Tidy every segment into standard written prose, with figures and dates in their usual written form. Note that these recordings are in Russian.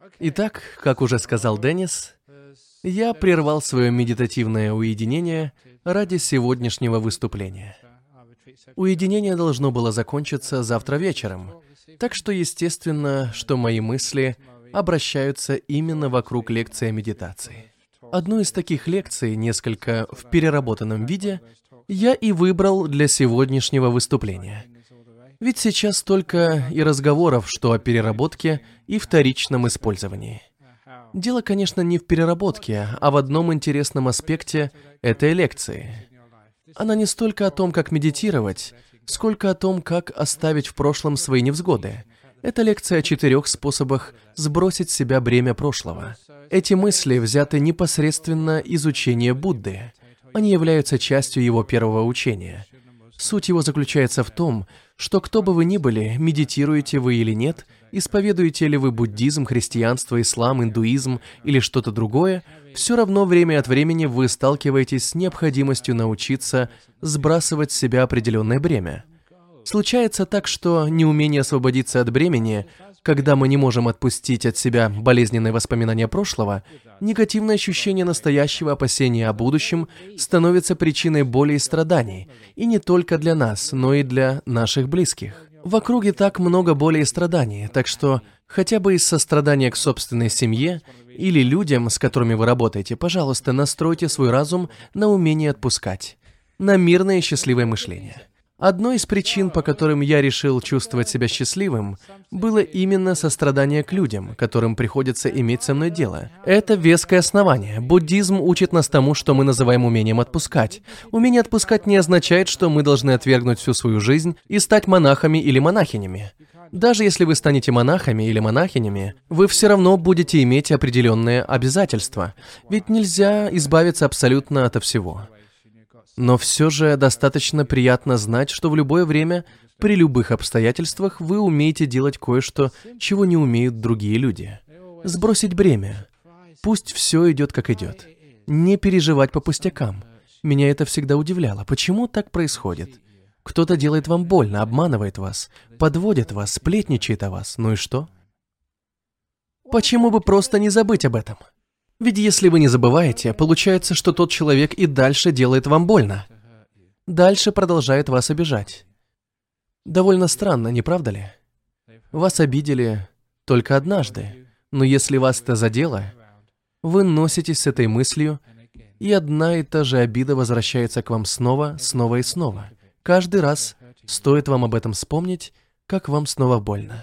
Итак, как уже сказал Деннис, я прервал свое медитативное уединение ради сегодняшнего выступления. Уединение должно было закончиться завтра вечером, так что естественно, что мои мысли обращаются именно вокруг лекции о медитации. Одну из таких лекций, несколько в переработанном виде, я и выбрал для сегодняшнего выступления. Ведь сейчас столько и разговоров, что о переработке и вторичном использовании. Дело, конечно, не в переработке, а в одном интересном аспекте этой лекции. Она не столько о том, как медитировать, сколько о том, как оставить в прошлом свои невзгоды. Это лекция о 4 способах сбросить с себя бремя прошлого. Эти мысли взяты непосредственно из учения Будды. Они являются частью его первого учения. Суть его заключается в том, что кто бы вы ни были, медитируете вы или нет, исповедуете ли вы буддизм, христианство, ислам, индуизм или что-то другое, все равно время от времени вы сталкиваетесь с необходимостью научиться сбрасывать с себя определенное бремя. Случается так, что неумение освободиться от бремени, когда мы не можем отпустить от себя болезненные воспоминания прошлого, негативное ощущение настоящего, опасения о будущем становится причиной боли и страданий, и не только для нас, но и для наших близких. В округе так много боли и страданий, так что хотя бы из сострадания к собственной семье или людям, с которыми вы работаете, пожалуйста, настройте свой разум на умение отпускать, на мирное и счастливое мышление. Одной из причин, по которым я решил чувствовать себя счастливым, было именно сострадание к людям, которым приходится иметь со мной дело. Это веское основание. Буддизм учит нас тому, что мы называем умением отпускать. Умение отпускать не означает, что мы должны отвергнуть всю свою жизнь и стать монахами или монахинями. Даже если вы станете монахами или монахинями, вы все равно будете иметь определенные обязательства, ведь нельзя избавиться абсолютно ото всего. Но все же достаточно приятно знать, что в любое время, при любых обстоятельствах, вы умеете делать кое-что, чего не умеют другие люди. Сбросить бремя. Пусть все идет, как идет. Не переживать по пустякам. Меня это всегда удивляло. Почему так происходит? Кто-то делает вам больно, обманывает вас, подводит вас, сплетничает о вас. Ну и что? Почему бы просто не забыть об этом? Ведь если вы не забываете, получается, что тот человек и дальше делает вам больно. Дальше продолжает вас обижать. Довольно странно, не правда ли? Вас обидели только однажды, но если вас это задело, вы носитесь с этой мыслью, и одна и та же обида возвращается к вам снова, снова и снова. Каждый раз стоит вам об этом вспомнить, как вам снова больно.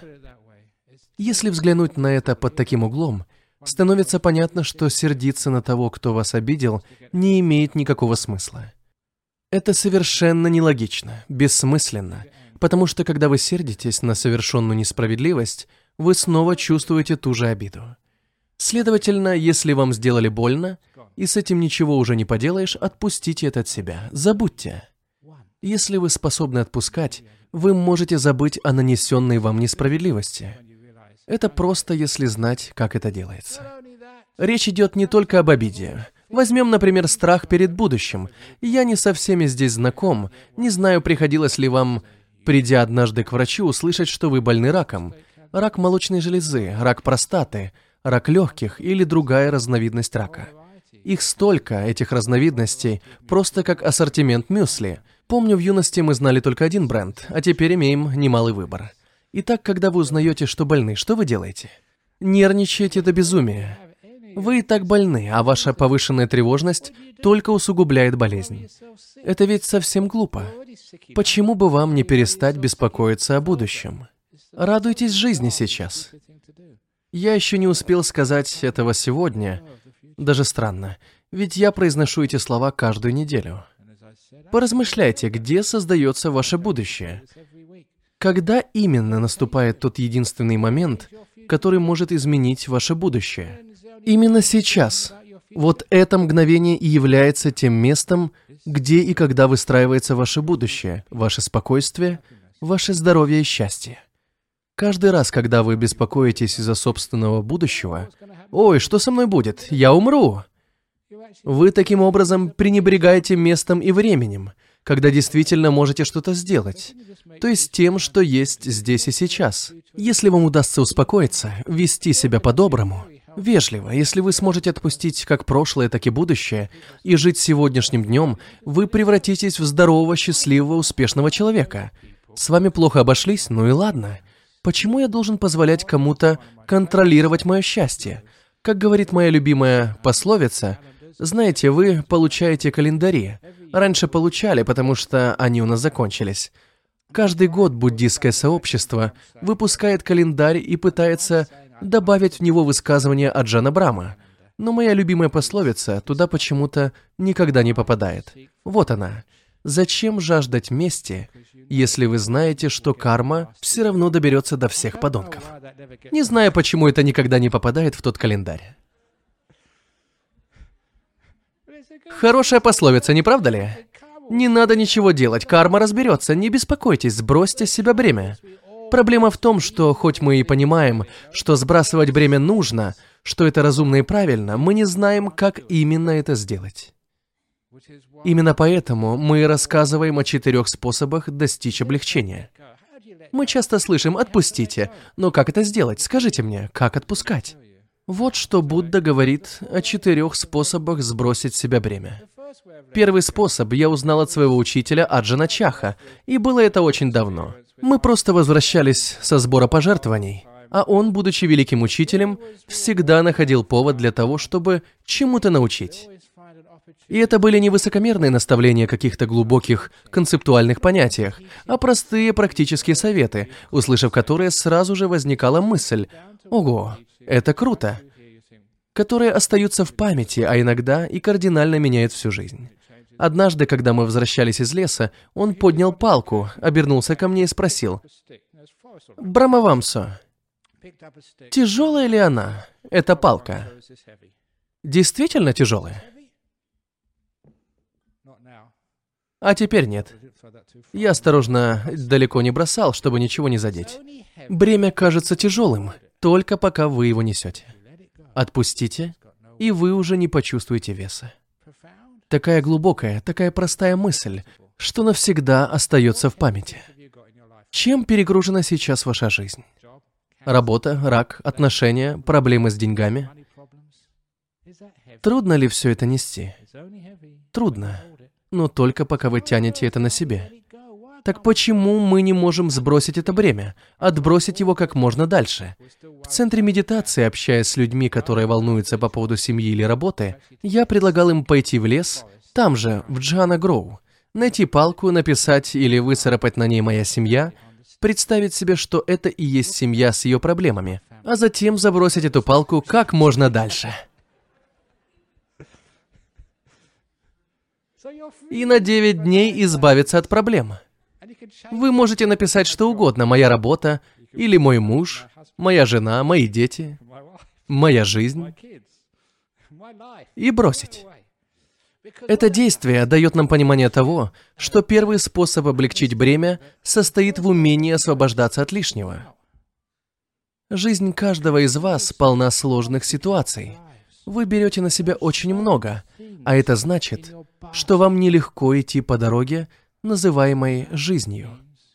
Если взглянуть на это под таким углом, становится понятно, что сердиться на того, кто вас обидел, не имеет никакого смысла. Это совершенно нелогично, бессмысленно, потому что когда вы сердитесь на совершенную несправедливость, вы снова чувствуете ту же обиду. Следовательно, если вам сделали больно, и с этим ничего уже не поделаешь, отпустите это от себя, забудьте. Если вы способны отпускать, вы можете забыть о нанесенной вам несправедливости. Это просто, если знать, как это делается. Речь идет не только об обиде. Возьмем, например, страх перед будущим. Я не со всеми здесь знаком, не знаю, приходилось ли вам, придя однажды к врачу, услышать, что вы больны раком. Рак молочной железы, рак простаты, рак легких или другая разновидность рака. Их столько, этих разновидностей, просто как ассортимент мюсли. Помню, в юности мы знали только один бренд, а теперь имеем немалый выбор. Итак, когда вы узнаете, что больны, что вы делаете? Нервничаете до безумия. Вы и так больны, а ваша повышенная тревожность только усугубляет болезнь. Это ведь совсем глупо. Почему бы вам не перестать беспокоиться о будущем? Радуйтесь жизни сейчас. Я еще не успел сказать этого сегодня. Даже странно, ведь я произношу эти слова каждую неделю. Поразмышляйте, где создается ваше будущее. Когда именно наступает тот единственный момент, который может изменить ваше будущее? Именно сейчас. Вот это мгновение и является тем местом, где и когда выстраивается ваше будущее, ваше спокойствие, ваше здоровье и счастье. Каждый раз, когда вы беспокоитесь из-за собственного будущего, «Ой, что со мной будет? Я умру!» Вы таким образом пренебрегаете местом и временем, когда действительно можете что-то сделать. То есть тем, что есть здесь и сейчас. Если вам удастся успокоиться, вести себя по-доброму, вежливо, если вы сможете отпустить как прошлое, так и будущее, и жить сегодняшним днем, вы превратитесь в здорового, счастливого, успешного человека. С вами плохо обошлись? Ну и ладно. Почему я должен позволять кому-то контролировать мое счастье? Как говорит моя любимая пословица, знаете, вы получаете календари. Раньше получали, потому что они у нас закончились. Каждый год буддистское сообщество выпускает календарь и пытается добавить в него высказывания Аджана Брахма. Но моя любимая пословица туда почему-то никогда не попадает. Вот она. Зачем жаждать мести, если вы знаете, что карма все равно доберется до всех подонков? Не знаю, почему это никогда не попадает в тот календарь. Хорошая пословица, не правда ли? Не надо ничего делать, карма разберется, не беспокойтесь, сбросьте с себя бремя. Проблема в том, что хоть мы и понимаем, что сбрасывать бремя нужно, что это разумно и правильно, мы не знаем, как именно это сделать. Именно поэтому мы рассказываем о 4 способах достичь облегчения. Мы часто слышим «отпустите», но как это сделать? Скажите мне, как отпускать? Вот что Будда говорит о 4 способах сбросить с себя бремя. Первый способ я узнал от своего учителя Аджана Чаха, и было это очень давно. Мы просто возвращались со сбора пожертвований, а он, будучи великим учителем, всегда находил повод для того, чтобы чему-то научить. И это были не высокомерные наставления о каких-то глубоких концептуальных понятиях, а простые практические советы, услышав которые, сразу же возникала мысль «Ого, это круто!», которые остаются в памяти, а иногда и кардинально меняют всю жизнь. Однажды, когда мы возвращались из леса, он поднял палку, обернулся ко мне и спросил: «Брамавамсо, тяжелая ли она, эта палка? Действительно тяжелая?» А теперь нет. Я осторожно далеко не бросал, чтобы ничего не задеть. Бремя кажется тяжелым, только пока вы его несете. Отпустите, и вы уже не почувствуете веса. Такая глубокая, такая простая мысль, что навсегда остается в памяти. Чем перегружена сейчас ваша жизнь? Работа, рак, отношения, проблемы с деньгами? Трудно ли все это нести? Трудно. Но только пока вы тянете это на себе. Так почему мы не можем сбросить это бремя, отбросить его как можно дальше? В центре медитации, общаясь с людьми, которые волнуются по поводу семьи или работы, я предлагал им пойти в лес, там же, в Джхана Гроу, найти палку, написать или выцарапать на ней «Моя семья», представить себе, что это и есть семья с ее проблемами, а затем забросить эту палку как можно дальше. И на 9 дней избавиться от проблем. Вы можете написать что угодно: «Моя работа», или «Мой муж», «Моя жена», «Мои дети», «Моя жизнь», и бросить. Это действие дает нам понимание того, что первый способ облегчить бремя состоит в умении освобождаться от лишнего. Жизнь каждого из вас полна сложных ситуаций. Вы берете на себя очень много, а это значит, что вам нелегко идти по дороге, называемой жизнью.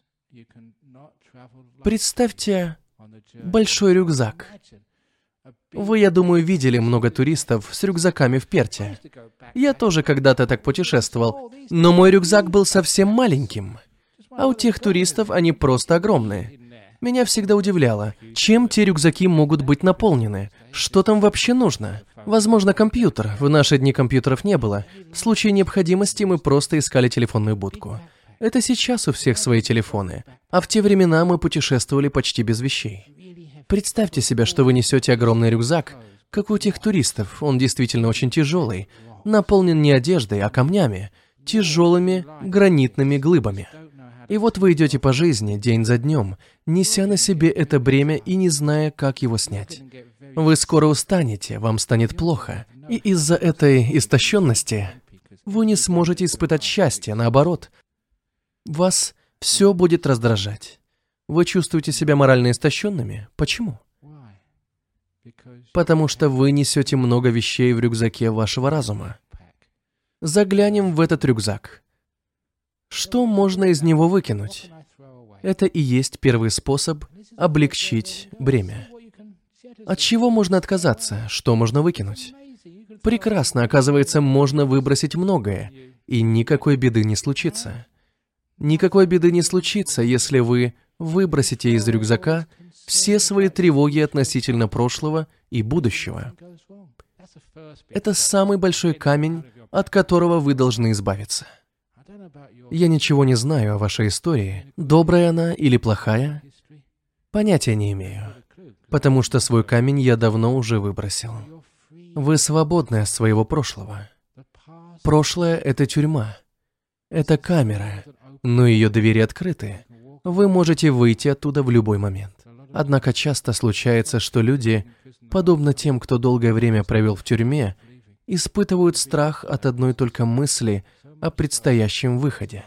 Представьте большой рюкзак. Вы, я думаю, видели много туристов с рюкзаками в Перте. Я тоже когда-то так путешествовал, но мой рюкзак был совсем маленьким, а у тех туристов они просто огромные. Меня всегда удивляло, чем те рюкзаки могут быть наполнены, что там вообще нужно. Возможно, компьютер. В наши дни компьютеров не было. В случае необходимости мы просто искали телефонную будку. Это сейчас у всех свои телефоны, а в те времена мы путешествовали почти без вещей. Представьте себе, что вы несете огромный рюкзак, как у тех туристов. Он действительно очень тяжелый, наполнен не одеждой, а камнями, тяжелыми гранитными глыбами. И вот вы идете по жизни день за днем, неся на себе это бремя и не зная, как его снять. Вы скоро устанете, вам станет плохо, и из-за этой истощенности вы не сможете испытать счастье, наоборот. Вас все будет раздражать. Вы чувствуете себя морально истощенными? Почему? Потому что вы несете много вещей в рюкзаке вашего разума. Заглянем в этот рюкзак. Что можно из него выкинуть? Это и есть первый способ облегчить бремя. От чего можно отказаться? Что можно выкинуть? Прекрасно, оказывается, можно выбросить многое, и никакой беды не случится. Никакой беды не случится, если вы выбросите из рюкзака все свои тревоги относительно прошлого и будущего. Это самый большой камень, от которого вы должны избавиться. Я ничего не знаю о вашей истории, добрая она или плохая, понятия не имею, потому что свой камень я давно уже выбросил. Вы свободны от своего прошлого. Прошлое — это тюрьма, это камера, но ее двери открыты. Вы можете выйти оттуда в любой момент. Однако часто случается, что люди, подобно тем, кто долгое время провел в тюрьме, испытывают страх от одной только мысли о предстоящем выходе.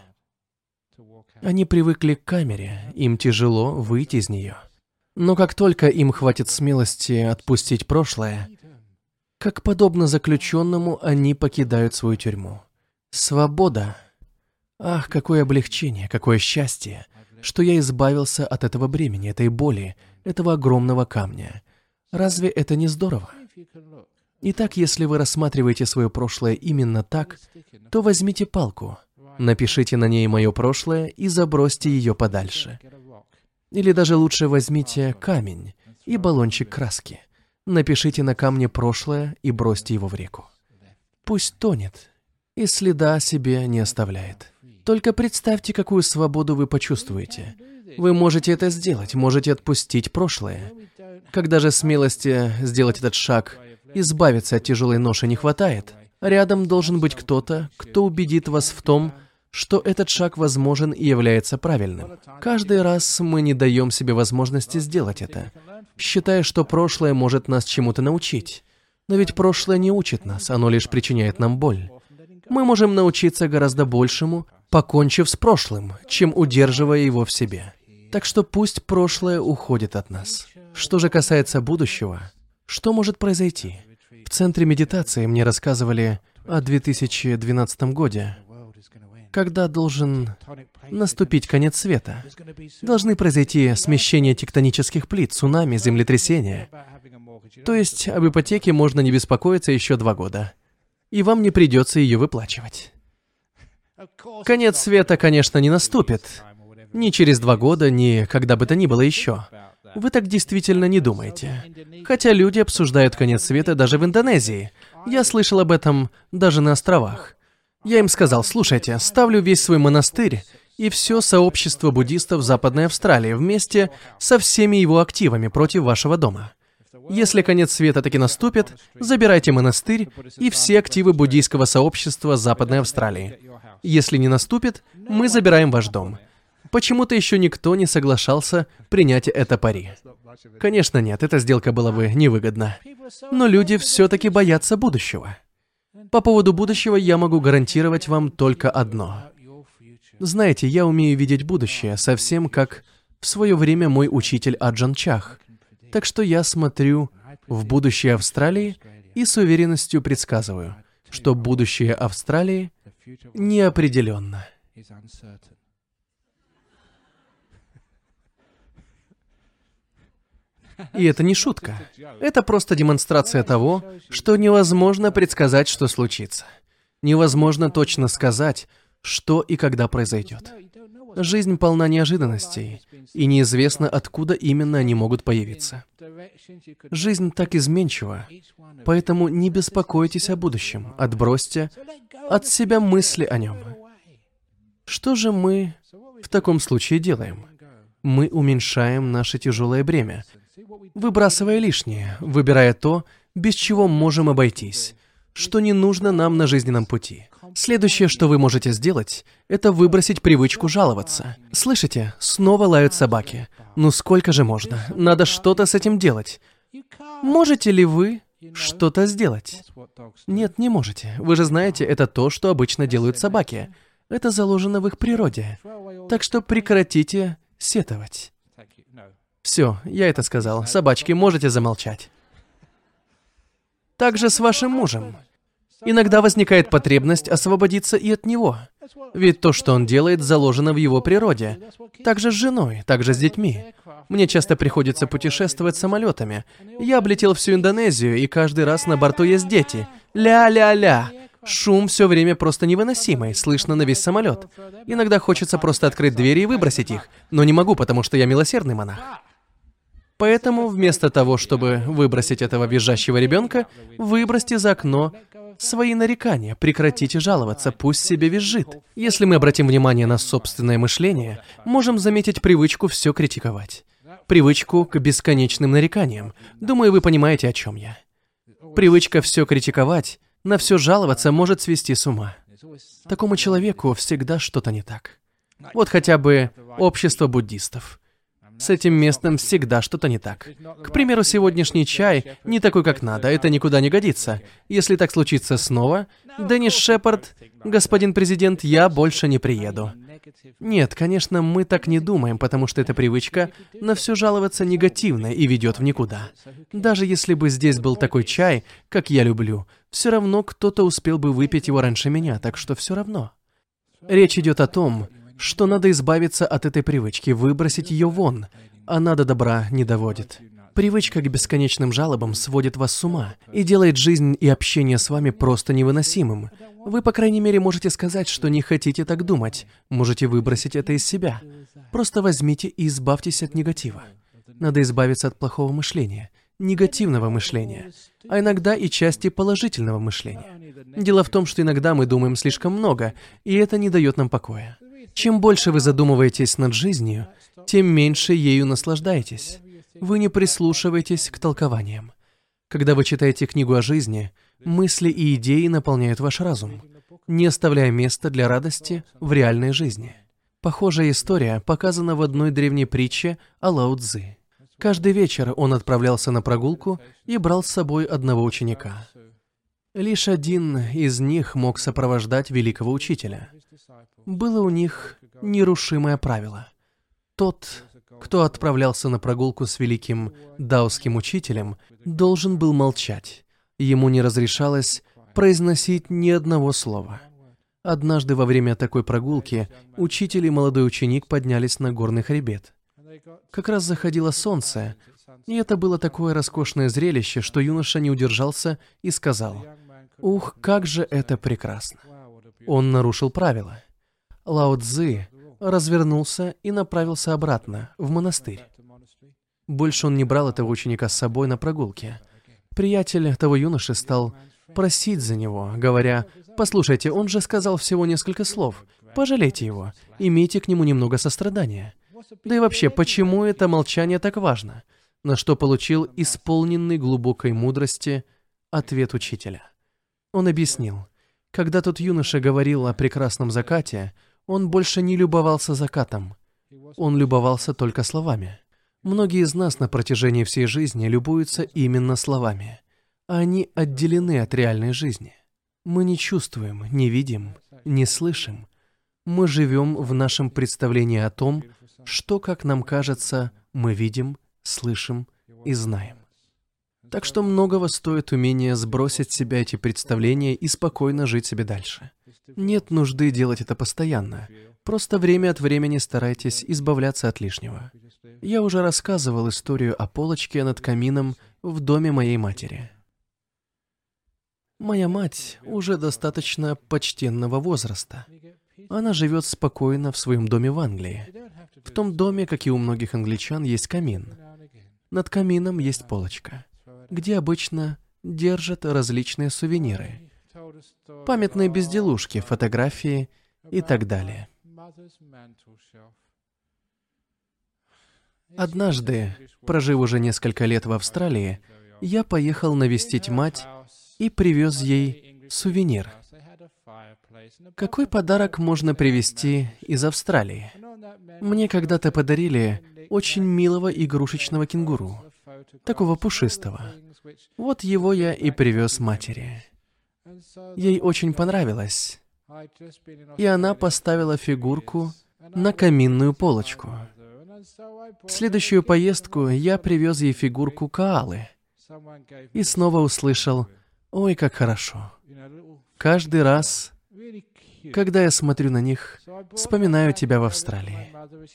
Они привыкли к камере, им тяжело выйти из нее. Но как только им хватит смелости отпустить прошлое, как подобно заключенному, они покидают свою тюрьму. Свобода. Ах, какое облегчение, какое счастье, что я избавился от этого бремени, этой боли, этого огромного камня. Разве это не здорово? Итак, если вы рассматриваете свое прошлое именно так, то возьмите палку, напишите на ней мое прошлое и забросьте ее подальше. Или даже лучше возьмите камень и баллончик краски. Напишите на камне прошлое и бросьте его в реку. Пусть тонет и следа о себе не оставляет. Только представьте, какую свободу вы почувствуете. Вы можете это сделать, можете отпустить прошлое. Когда же смелости сделать этот шаг, избавиться от тяжелой ноши не хватает, рядом должен быть кто-то, кто убедит вас в том, что этот шаг возможен и является правильным. Каждый раз мы не даем себе возможности сделать это, считая, что прошлое может нас чему-то научить. Но ведь прошлое не учит нас, оно лишь причиняет нам боль. Мы можем научиться гораздо большему, покончив с прошлым, чем удерживая его в себе. Так что пусть прошлое уходит от нас. Что же касается будущего, что может произойти? В центре медитации мне рассказывали о 2012 годе, когда должен наступить конец света. Должны произойти смещения тектонических плит, цунами, землетрясения. То есть об ипотеке можно не беспокоиться еще 2 года. И вам не придется ее выплачивать. Конец света, конечно, не наступит. Ни через 2 года, ни когда бы то ни было еще. Вы так действительно не думаете. Хотя люди обсуждают конец света даже в Индонезии. Я слышал об этом даже на островах. Я им сказал: слушайте, ставлю весь свой монастырь и все сообщество буддистов Западной Австралии вместе со всеми его активами против вашего дома. Если конец света таки наступит, забирайте монастырь и все активы буддийского сообщества Западной Австралии. Если не наступит, мы забираем ваш дом. Почему-то еще никто не соглашался принять это пари. Конечно, нет, эта сделка была бы невыгодна. Но люди все-таки боятся будущего. По поводу будущего я могу гарантировать вам только одно. Знаете, я умею видеть будущее, совсем как в свое время мой учитель Аджан Чах. Так что я смотрю в будущее Австралии и с уверенностью предсказываю, что будущее Австралии неопределенно. И это не шутка. Это просто демонстрация того, что невозможно предсказать, что случится. Невозможно точно сказать, что и когда произойдет. Жизнь полна неожиданностей, и неизвестно, откуда именно они могут появиться. Жизнь так изменчива, поэтому не беспокойтесь о будущем, отбросьте от себя мысли о нем. Что же мы в таком случае делаем? Мы уменьшаем наше тяжелое бремя, выбрасывая лишнее, выбирая то, без чего можем обойтись, что не нужно нам на жизненном пути. Следующее, что вы можете сделать, это выбросить привычку жаловаться. Слышите? Снова лают собаки. Ну сколько же можно? Надо что-то с этим делать. Можете ли вы что-то сделать? Нет, не можете. Вы же знаете, это то, что обычно делают собаки. Это заложено в их природе. Так что прекратите сетовать. Все, я это сказал. Собачки, можете замолчать. Так же с вашим мужем. Иногда возникает потребность освободиться и от него. Ведь то, что он делает, заложено в его природе. Также с женой, также с детьми. Мне часто приходится путешествовать самолетами. Я облетел всю Индонезию, и каждый раз на борту есть дети. Ля-ля-ля. Шум все время просто невыносимый, слышно на весь самолет. Иногда хочется просто открыть двери и выбросить их, но не могу, потому что я милосердный монах. Поэтому вместо того, чтобы выбросить этого визжащего ребенка, выбросьте за окно свои нарекания, прекратите жаловаться, пусть себе визжит. Если мы обратим внимание на собственное мышление, можем заметить привычку все критиковать. Привычку к бесконечным нареканиям. Думаю, вы понимаете, о чем я. Привычка все критиковать, на все жаловаться может свести с ума. Такому человеку всегда что-то не так. Вот хотя бы общество буддистов. С этим местом всегда что-то не так. К примеру, сегодняшний чай не такой, как надо, это никуда не годится. Если так случится снова, Деннис Шепард, господин президент, я больше не приеду. Нет, конечно, мы так не думаем, потому что эта привычка на все жаловаться негативно и ведет в никуда. Даже если бы здесь был такой чай, как я люблю, все равно кто-то успел бы выпить его раньше меня, так что все равно. Речь идет о том, что надо избавиться от этой привычки, выбросить ее вон. Она до добра не доводит. Привычка к бесконечным жалобам сводит вас с ума и делает жизнь и общение с вами просто невыносимым. Вы, по крайней мере, можете сказать, что не хотите так думать. Можете выбросить это из себя. Просто возьмите и избавьтесь от негатива. Надо избавиться от плохого мышления, негативного мышления, а иногда и части положительного мышления. Дело в том, что иногда мы думаем слишком много, и это не дает нам покоя. Чем больше вы задумываетесь над жизнью, тем меньше ею наслаждаетесь. Вы не прислушиваетесь к толкованиям. Когда вы читаете книгу о жизни, мысли и идеи наполняют ваш разум, не оставляя места для радости в реальной жизни. Похожая история показана в одной древней притче о Лао Цзы. Каждый вечер он отправлялся на прогулку и брал с собой одного ученика. Лишь один из них мог сопровождать великого учителя. Было у них нерушимое правило. Тот, кто отправлялся на прогулку с великим даосским учителем, должен был молчать. Ему не разрешалось произносить ни одного слова. Однажды во время такой прогулки учитель и молодой ученик поднялись на горный хребет. Как раз заходило солнце, и это было такое роскошное зрелище, что юноша не удержался и сказал: «Ух, как же это прекрасно!» Он нарушил правила. Лао Цзы развернулся и направился обратно, в монастырь. Больше он не брал этого ученика с собой на прогулке. Приятель того юноши стал просить за него, говоря: «Послушайте, он же сказал всего несколько слов. Пожалейте его, имейте к нему немного сострадания. Да и вообще, почему это молчание так важно?» На что получил исполненный глубокой мудрости ответ учителя. Он объяснил: когда тот юноша говорил о прекрасном закате, он больше не любовался закатом. Он любовался только словами. Многие из нас на протяжении всей жизни любуются именно словами. Они отделены от реальной жизни. Мы не чувствуем, не видим, не слышим. Мы живем в нашем представлении о том, что, как нам кажется, мы видим, слышим и знаем. Так что многого стоит умение сбросить с себя эти представления и спокойно жить себе дальше. Нет нужды делать это постоянно. Просто время от времени старайтесь избавляться от лишнего. Я уже рассказывал историю о полочке над камином в доме моей матери. Моя мать уже достаточно почтенного возраста. Она живет спокойно в своем доме в Англии. В том доме, как и у многих англичан, есть камин. Над камином есть полочка, где обычно держат различные сувениры. Памятные безделушки, фотографии и так далее. Однажды, прожив уже несколько лет в Австралии, я поехал навестить мать и привез ей сувенир. Какой подарок можно привезти из Австралии? Мне когда-то подарили очень милого игрушечного кенгуру, такого пушистого. Вот его я и привез матери. Ей очень понравилось, и она поставила фигурку на каминную полочку. В следующую поездку я привез ей фигурку коалы и снова услышал: «Ой, как хорошо». Каждый раз Когда я смотрю на них, вспоминаю тебя в Австралии.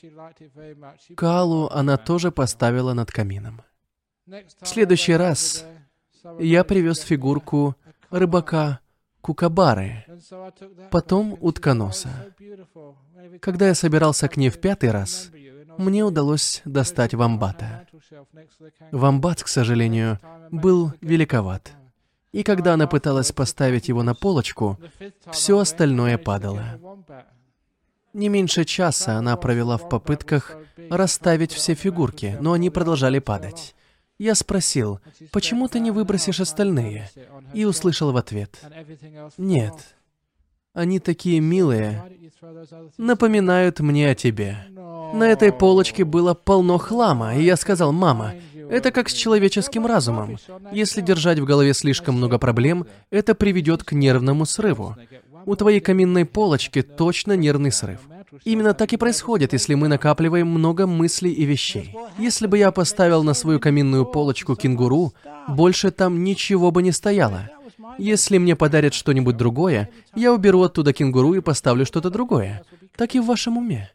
Каалу она тоже поставила над камином. В следующий раз я привез фигурку рыбака Кукабары, потом утконоса. Когда я собирался к ней в 5-й раз, мне удалось достать вомбата. Вомбат, к сожалению, был великоват. И когда она пыталась поставить его на полочку, все остальное падало. Не меньше часа она провела в попытках расставить все фигурки, но они продолжали падать. Я спросил, почему ты не выбросишь остальные? И услышал в ответ, нет, они такие милые, напоминают мне о тебе. На этой полочке было полно хлама, и я сказал, мама, это как с человеческим разумом. Если держать в голове слишком много проблем, это приведет к нервному срыву. У твоей каминной полочки точно нервный срыв. Именно так и происходит, если мы накапливаем много мыслей и вещей. Если бы я поставил на свою каминную полочку кенгуру, больше там ничего бы не стояло. Если мне подарят что-нибудь другое, я уберу оттуда кенгуру и поставлю что-то другое. Так и в вашем уме.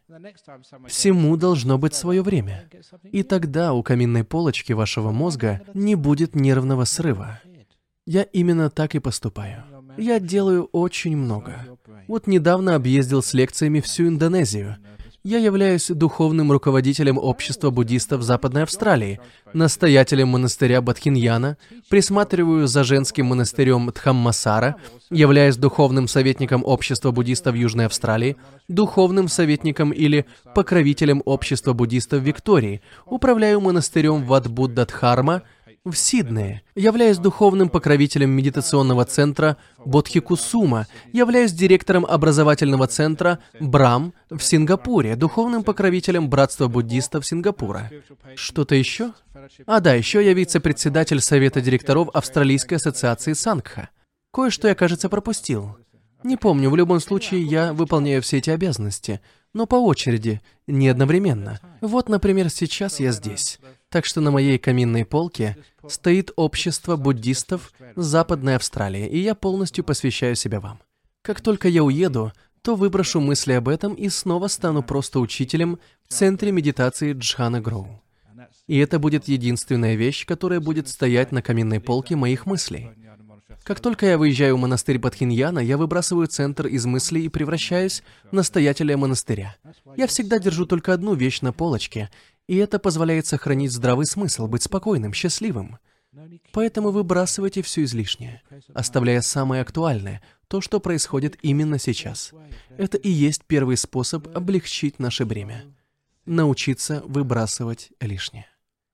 Всему должно быть свое время. И тогда у каминной полочки вашего мозга не будет нервного срыва. Я именно так и поступаю. Я делаю очень много. Вот недавно объездил с лекциями всю Индонезию. Я являюсь духовным руководителем общества буддистов Западной Австралии, настоятелем монастыря Бадхиньяна, присматриваю за женским монастырем Дхаммасара, являюсь духовным советником общества буддистов Южной Австралии, духовным советником или покровителем общества буддистов Виктории, управляю монастырем Ват Будда Дхарма в Сиднее, являюсь духовным покровителем медитационного центра Бодхикусума, являюсь директором образовательного центра Брам в Сингапуре, духовным покровителем Братства буддистов Сингапура. Что-то еще? Да, еще я вице-председатель совета директоров Австралийской ассоциации Сангха. Кое-что я, кажется, пропустил. Не помню, в любом случае я выполняю все эти обязанности, но по очереди, не одновременно. Вот, например, сейчас я здесь. Так что на моей каминной полке стоит общество буддистов Западной Австралии, и я полностью посвящаю себя вам. Как только я уеду, то выброшу мысли об этом и снова стану просто учителем в центре медитации Джхана Гроу. И это будет единственная вещь, которая будет стоять на каминной полке моих мыслей. Как только я выезжаю в монастырь Бадхиньяна, я выбрасываю центр из мыслей и превращаюсь в настоятеля монастыря. Я всегда держу только одну вещь на полочке, и это позволяет сохранить здравый смысл, быть спокойным, счастливым. Поэтому выбрасывайте все излишнее, оставляя самое актуальное, то, что происходит именно сейчас. Это и есть первый способ облегчить наше бремя. Научиться выбрасывать лишнее.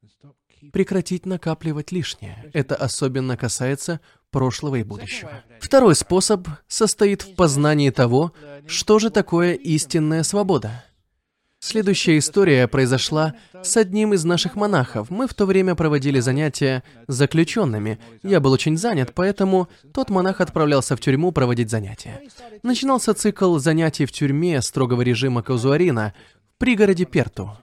Прекратить накапливать лишнее. Это особенно касается прошлого и будущего. Второй способ состоит в познании того, что же такое истинная свобода. Следующая история произошла с одним из наших монахов. Мы в то время проводили занятия с заключенными. Я был очень занят, поэтому тот монах отправлялся в тюрьму проводить занятия. Начинался цикл занятий в тюрьме строгого режима Казуарина в пригороде Перту.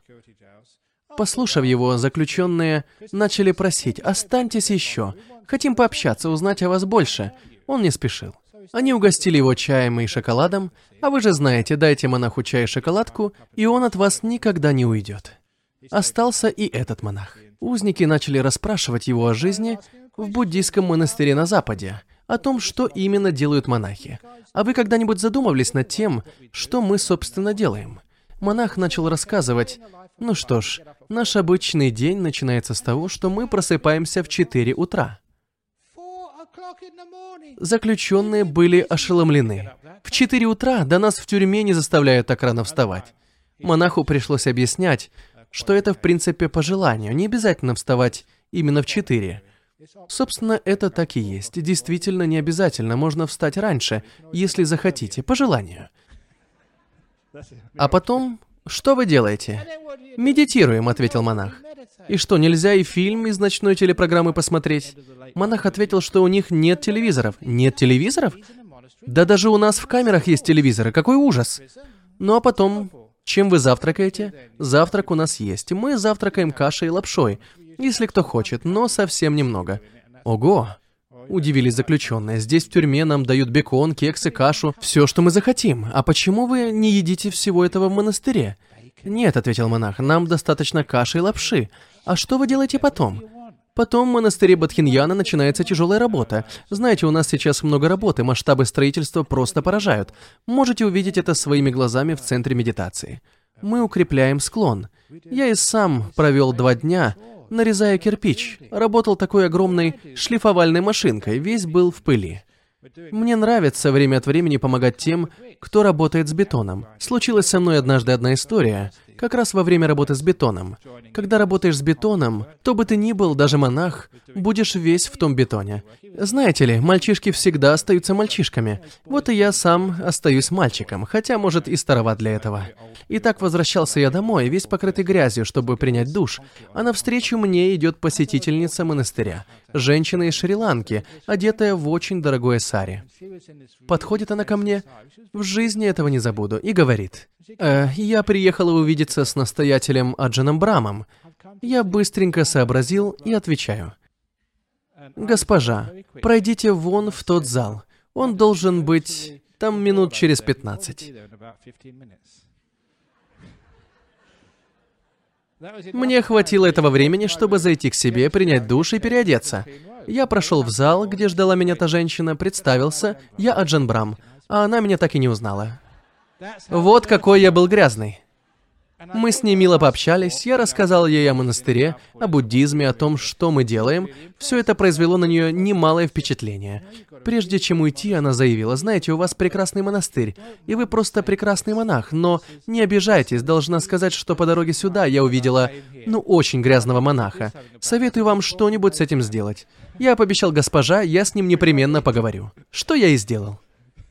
Послушав его, заключенные начали просить: «Останьтесь еще. Хотим пообщаться, узнать о вас больше». Он не спешил. Они угостили его чаем и шоколадом, а вы же знаете, дайте монаху чай и шоколадку, и он от вас никогда не уйдет. Остался и этот монах. Узники начали расспрашивать его о жизни в буддийском монастыре на Западе, о том, что именно делают монахи. А вы когда-нибудь задумывались над тем, что мы, собственно, делаем? Монах начал рассказывать: «Ну что ж, наш обычный день начинается с того, что мы просыпаемся в 4 утра». Заключенные были ошеломлены. В 4 утра до нас в тюрьме не заставляют так рано вставать. Монаху пришлось объяснять, что это в принципе по желанию, не обязательно вставать именно в 4. Собственно, это так и есть. Действительно не обязательно, можно встать раньше, если захотите, по желанию. А потом, что вы делаете? «Медитируем», — ответил монах. «И что, нельзя и фильм из ночной телепрограммы посмотреть?» Монах ответил, что у них нет телевизоров. «Нет телевизоров? Да даже у нас в камерах есть телевизоры, какой ужас!» Ну а потом, чем вы завтракаете? Завтрак у нас есть. Мы завтракаем кашей и лапшой, если кто хочет, но совсем немного. Ого! Удивились заключенные. Здесь в тюрьме нам дают бекон, кексы, кашу, все, что мы захотим. А почему вы не едите всего этого в монастыре? Нет, ответил монах, нам достаточно каши и лапши. А что вы делаете потом? Потом в монастыре Бодхиньяна начинается тяжелая работа. Знаете, у нас сейчас много работы, масштабы строительства просто поражают. Можете увидеть это своими глазами в центре медитации. Мы укрепляем склон. Я и сам провел 2 дня, нарезая кирпич. Работал такой огромной шлифовальной машинкой, весь был в пыли. Мне нравится время от времени помогать тем, кто работает с бетоном. Случилась со мной однажды одна история, как раз во время работы с бетоном. Когда работаешь с бетоном, кто бы ты ни был, даже монах, будешь весь в том бетоне. Знаете ли, мальчишки всегда остаются мальчишками. Вот и я сам остаюсь мальчиком, хотя, может, и староват для этого. И так возвращался я домой, весь покрытый грязью, чтобы принять душ. А навстречу мне идет посетительница монастыря. Женщина из Шри-Ланки, одетая в очень дорогое сари. Подходит она ко мне, в жизни этого не забуду, и говорит: «Я приехала увидеться с настоятелем Аджаном Брамом». Я быстренько сообразил и отвечаю: «Госпожа, пройдите вон в тот зал. Он должен быть там минут через 15». Мне хватило этого времени, чтобы зайти к себе, принять душ и переодеться. Я прошел в зал, где ждала меня та женщина, представился, я Аджан Брам, а она меня так и не узнала. Вот какой я был грязный. Мы с ней мило пообщались, я рассказал ей о монастыре, о буддизме, о том, что мы делаем. Все это произвело на нее немалое впечатление. Прежде чем уйти, она заявила: «Знаете, у вас прекрасный монастырь, и вы просто прекрасный монах, но не обижайтесь, должна сказать, что по дороге сюда я увидела, очень грязного монаха. Советую вам что-нибудь с этим сделать». Я пообещал: «Госпожа, я с ним непременно поговорю». Что я и сделал.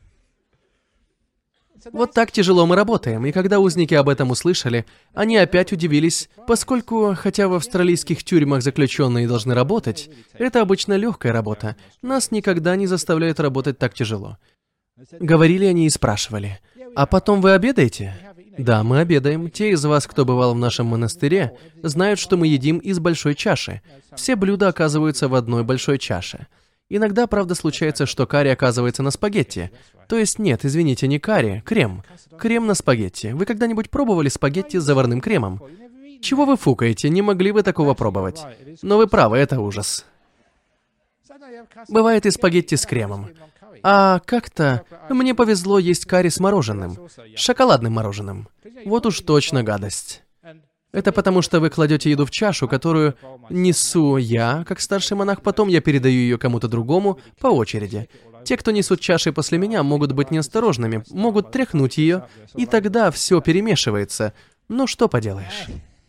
Вот так тяжело мы работаем, и когда узники об этом услышали, они опять удивились, поскольку, хотя в австралийских тюрьмах заключенные должны работать, это обычно легкая работа, нас никогда не заставляют работать так тяжело. Говорили они и спрашивали: «А потом вы обедаете?» «Да, мы обедаем. Те из вас, кто бывал в нашем монастыре, знают, что мы едим из большой чаши. Все блюда оказываются в одной большой чаше. Иногда, правда, случается, что карри оказывается на спагетти. То есть нет, извините, не карри, крем. Крем на спагетти. Вы когда-нибудь пробовали спагетти с заварным кремом? Чего вы фукаете? Не могли вы такого пробовать? Но вы правы, это ужас. Бывает и спагетти с кремом. А как-то мне повезло есть карри с мороженым, с шоколадным мороженым. Вот уж точно гадость. Это потому, что вы кладете еду в чашу, которую несу я, как старший монах, потом я передаю ее кому-то другому по очереди. Те, кто несут чаши после меня, могут быть неосторожными, могут тряхнуть ее, и тогда все перемешивается. Ну что поделаешь.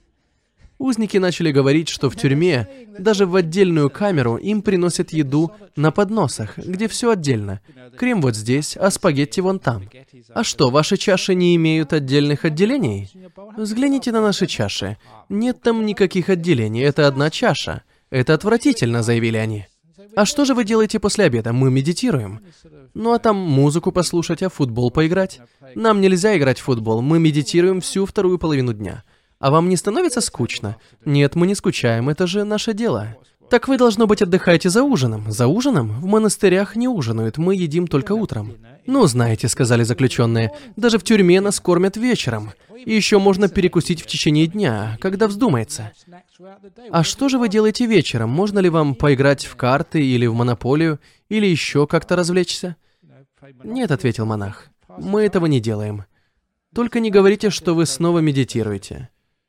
Узники начали говорить, что в тюрьме, даже в отдельную камеру, им приносят еду на подносах, где все отдельно. Крем вот здесь, а спагетти вон там. А что, ваши чаши не имеют отдельных отделений? Взгляните на наши чаши. Нет там никаких отделений, это одна чаша. Это отвратительно, заявили они. А что же вы делаете после обеда? Мы медитируем. Ну а там музыку послушать, а в футбол поиграть? Нам нельзя играть в футбол, мы медитируем всю вторую половину дня. А вам не становится скучно? Нет, мы не скучаем, это же наше дело. Так вы, должно быть, отдыхаете за ужином. За ужином? В монастырях не ужинают, мы едим только утром. Ну, знаете, сказали заключенные, даже в тюрьме нас кормят вечером. И еще можно перекусить в течение дня, когда вздумается. А что же вы делаете вечером? Можно ли вам поиграть в карты или в монополию, или еще как-то развлечься? Нет, ответил монах, мы этого не делаем. Только не говорите, что вы снова медитируете.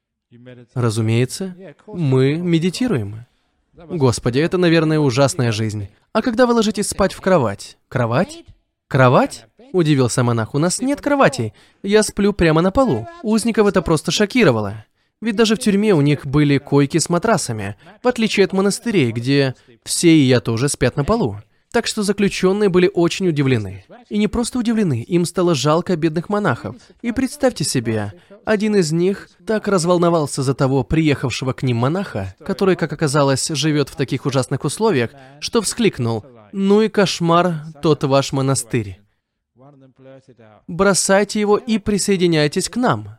Разумеется, мы медитируем. Господи, это, наверное, ужасная жизнь. А когда вы ложитесь спать в кровать? Кровать? Кровать? Удивился монах. У нас нет кроватей. Я сплю прямо на полу. Узников это просто шокировало. Ведь даже в тюрьме у них были койки с матрасами, в отличие от монастырей, где все и я тоже спят на полу. Так что заключенные были очень удивлены. И не просто удивлены, им стало жалко бедных монахов. И представьте себе, один из них так разволновался за того приехавшего к ним монаха, который, как оказалось, живет в таких ужасных условиях, что вскликнул: «Ну и кошмар тот ваш монастырь. Бросайте его и присоединяйтесь к нам».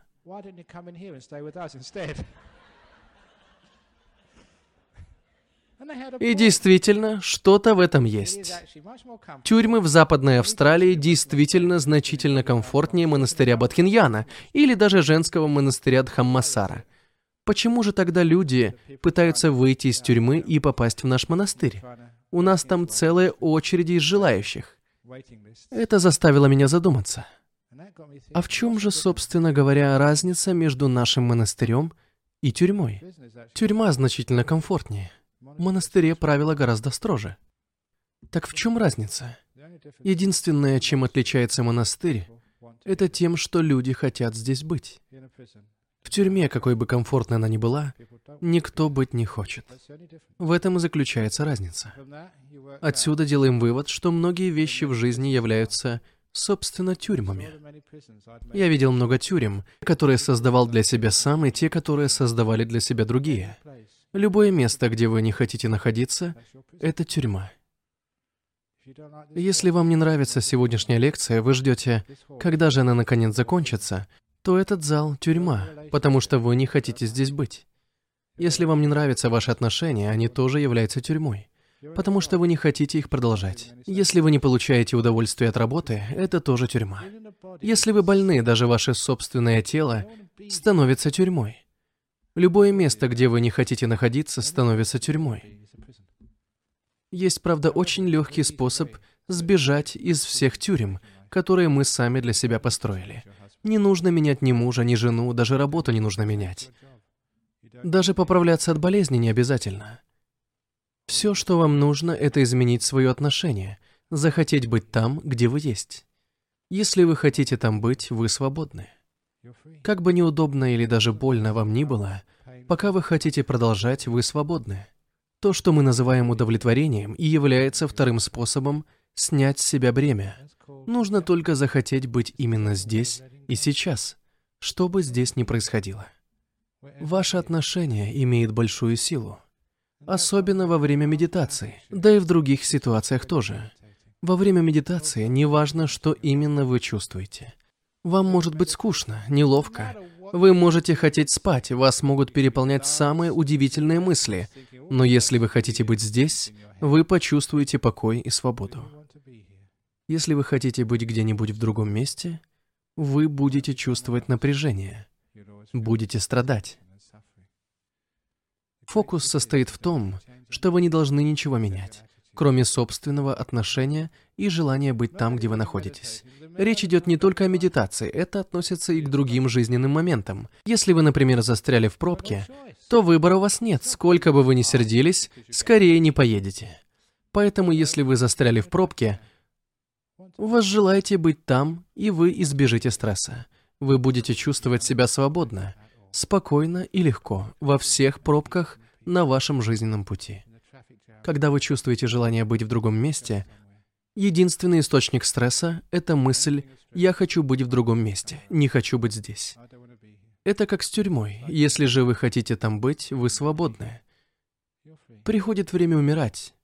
И действительно, что-то в этом есть. Тюрьмы в Западной Австралии действительно значительно комфортнее монастыря Бадхиньяна или даже женского монастыря Дхаммасара. Почему же тогда люди пытаются выйти из тюрьмы и попасть в наш монастырь? У нас там целая очередь из желающих. Это заставило меня задуматься. А в чем же, собственно говоря, разница между нашим монастырем и тюрьмой? Тюрьма значительно комфортнее. В монастыре правила гораздо строже. Так в чем разница? Единственное, чем отличается монастырь, это тем, что люди хотят здесь быть. В тюрьме, какой бы комфортной она ни была, никто быть не хочет. В этом и заключается разница. Отсюда делаем вывод, что многие вещи в жизни являются, собственно, тюрьмами. Я видел много тюрем, которые создавал для себя сам, и те, которые создавали для себя другие. Любое место, где вы не хотите находиться, это тюрьма. Если вам не нравится сегодняшняя лекция, вы ждете, когда же она наконец закончится, то этот зал — тюрьма, потому что вы не хотите здесь быть. Если вам не нравятся ваши отношения, они тоже являются тюрьмой, потому что вы не хотите их продолжать. Если вы не получаете удовольствие от работы, это тоже тюрьма. Если вы больны, даже ваше собственное тело становится тюрьмой. Любое место, где вы не хотите находиться, становится тюрьмой. Есть, правда, очень легкий способ сбежать из всех тюрем, которые мы сами для себя построили. Не нужно менять ни мужа, ни жену, даже работу не нужно менять. Даже поправляться от болезни не обязательно. Все, что вам нужно, это изменить свое отношение, захотеть быть там, где вы есть. Если вы хотите там быть, вы свободны. Как бы неудобно или даже больно вам ни было, пока вы хотите продолжать, вы свободны. То, что мы называем удовлетворением, и является вторым способом снять с себя бремя. Нужно только захотеть быть именно здесь и сейчас, что бы здесь ни происходило. Ваше отношение имеет большую силу, особенно во время медитации, да и в других ситуациях тоже. Во время медитации не важно, что именно вы чувствуете. Вам может быть скучно, неловко. Вы можете хотеть спать, вас могут переполнять самые удивительные мысли, но если вы хотите быть здесь, вы почувствуете покой и свободу. Если вы хотите быть где-нибудь в другом месте, вы будете чувствовать напряжение, будете страдать. Фокус состоит в том, что вы не должны ничего менять, кроме собственного отношения и желания быть там, где вы находитесь. Речь идет не только о медитации, это относится и к другим жизненным моментам. Если вы, например, застряли в пробке, то выбора у вас нет, сколько бы вы ни сердились, скорее не поедете. Поэтому, если вы застряли в пробке, возжелайте быть там, и вы избежите стресса. Вы будете чувствовать себя свободно, спокойно и легко во всех пробках на вашем жизненном пути. Когда вы чувствуете желание быть в другом месте, единственный источник стресса — это мысль «я хочу быть в другом месте, не хочу быть здесь». Это как с тюрьмой. Если же вы хотите там быть, вы свободны. Приходит время умирать.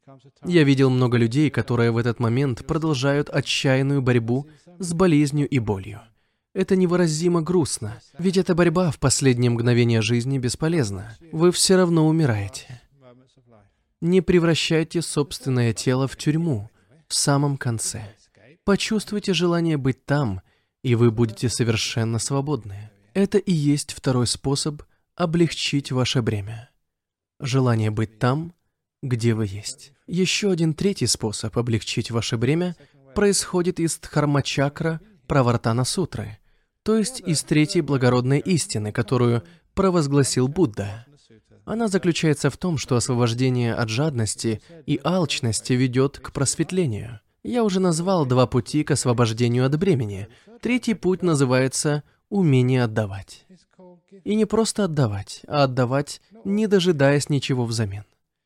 Я видел много людей, которые в этот момент продолжают отчаянную борьбу с болезнью и болью. Это невыразимо грустно, ведь эта борьба в последние мгновения жизни бесполезна. Вы все равно умираете. Не превращайте собственное тело в тюрьму в самом конце. Почувствуйте желание быть там, и вы будете совершенно свободны. Это и есть второй способ облегчить ваше бремя. Желание быть там, где вы есть. Еще один третий способ облегчить ваше бремя происходит из Дхармачакра Правартана Сутры, то есть из третьей благородной истины, которую провозгласил Будда. Она заключается в том, что освобождение от жадности и алчности ведет к просветлению. Я уже назвал 2 пути к освобождению от бремени. Третий путь называется «умение отдавать». И не просто отдавать, а отдавать, не дожидаясь ничего взамен.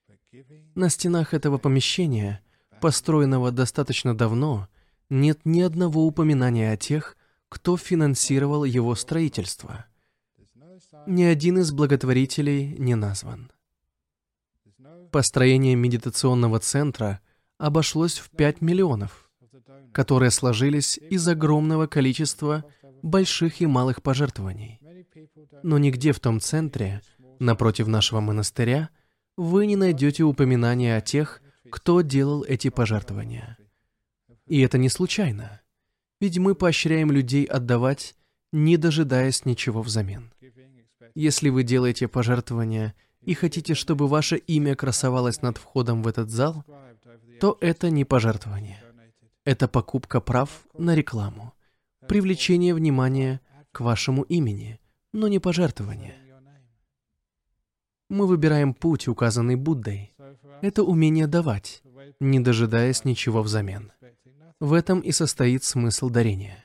На стенах этого помещения, построенного достаточно давно, нет ни одного упоминания о тех, кто финансировал его строительство. Ни один из благотворителей не назван. Построение медитационного центра обошлось в 5 миллионов, которые сложились из огромного количества больших и малых пожертвований. Но нигде в том центре, напротив нашего монастыря, вы не найдете упоминания о тех, кто делал эти пожертвования. И это не случайно, ведь мы поощряем людей отдавать, не дожидаясь ничего взамен. Если вы делаете пожертвования и хотите, чтобы ваше имя красовалось над входом в этот зал, то это не пожертвование. Это покупка прав на рекламу, привлечение внимания к вашему имени, но не пожертвование. Мы выбираем путь, указанный Буддой. Это умение давать, не дожидаясь ничего взамен. В этом и состоит смысл дарения.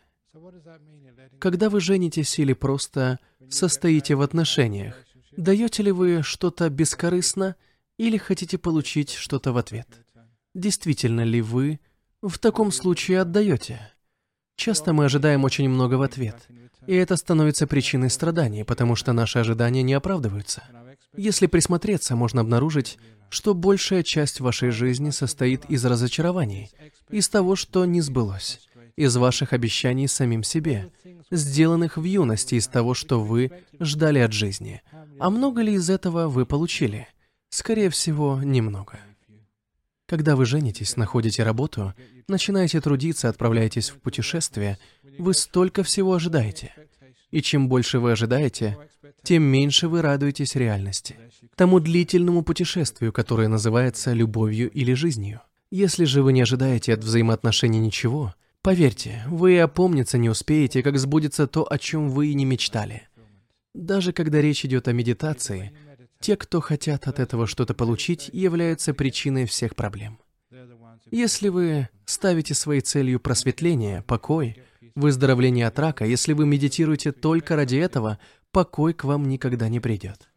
Когда вы женитесь или просто состоите в отношениях, даете ли вы что-то бескорыстно или хотите получить что-то в ответ? Действительно ли вы в таком случае отдаете? Часто мы ожидаем очень много в ответ, и это становится причиной страданий, потому что наши ожидания не оправдываются. Если присмотреться, можно обнаружить, что большая часть вашей жизни состоит из разочарований, из того, что не сбылось, из ваших обещаний самим себе, сделанных в юности, из того, что вы ждали от жизни. А много ли из этого вы получили? Скорее всего, немного. Когда вы женитесь, находите работу, начинаете трудиться, отправляетесь в путешествие, вы столько всего ожидаете. И чем больше вы ожидаете, тем меньше вы радуетесь реальности, тому длительному путешествию, которое называется любовью или жизнью. Если же вы не ожидаете от взаимоотношений ничего, поверьте, вы и опомниться не успеете, как сбудется то, о чем вы и не мечтали. Даже когда речь идет о медитации, те, кто хотят от этого что-то получить, являются причиной всех проблем. Если вы ставите своей целью просветление, покой, выздоровление от рака, если вы медитируете только ради этого, покой к вам никогда не придет.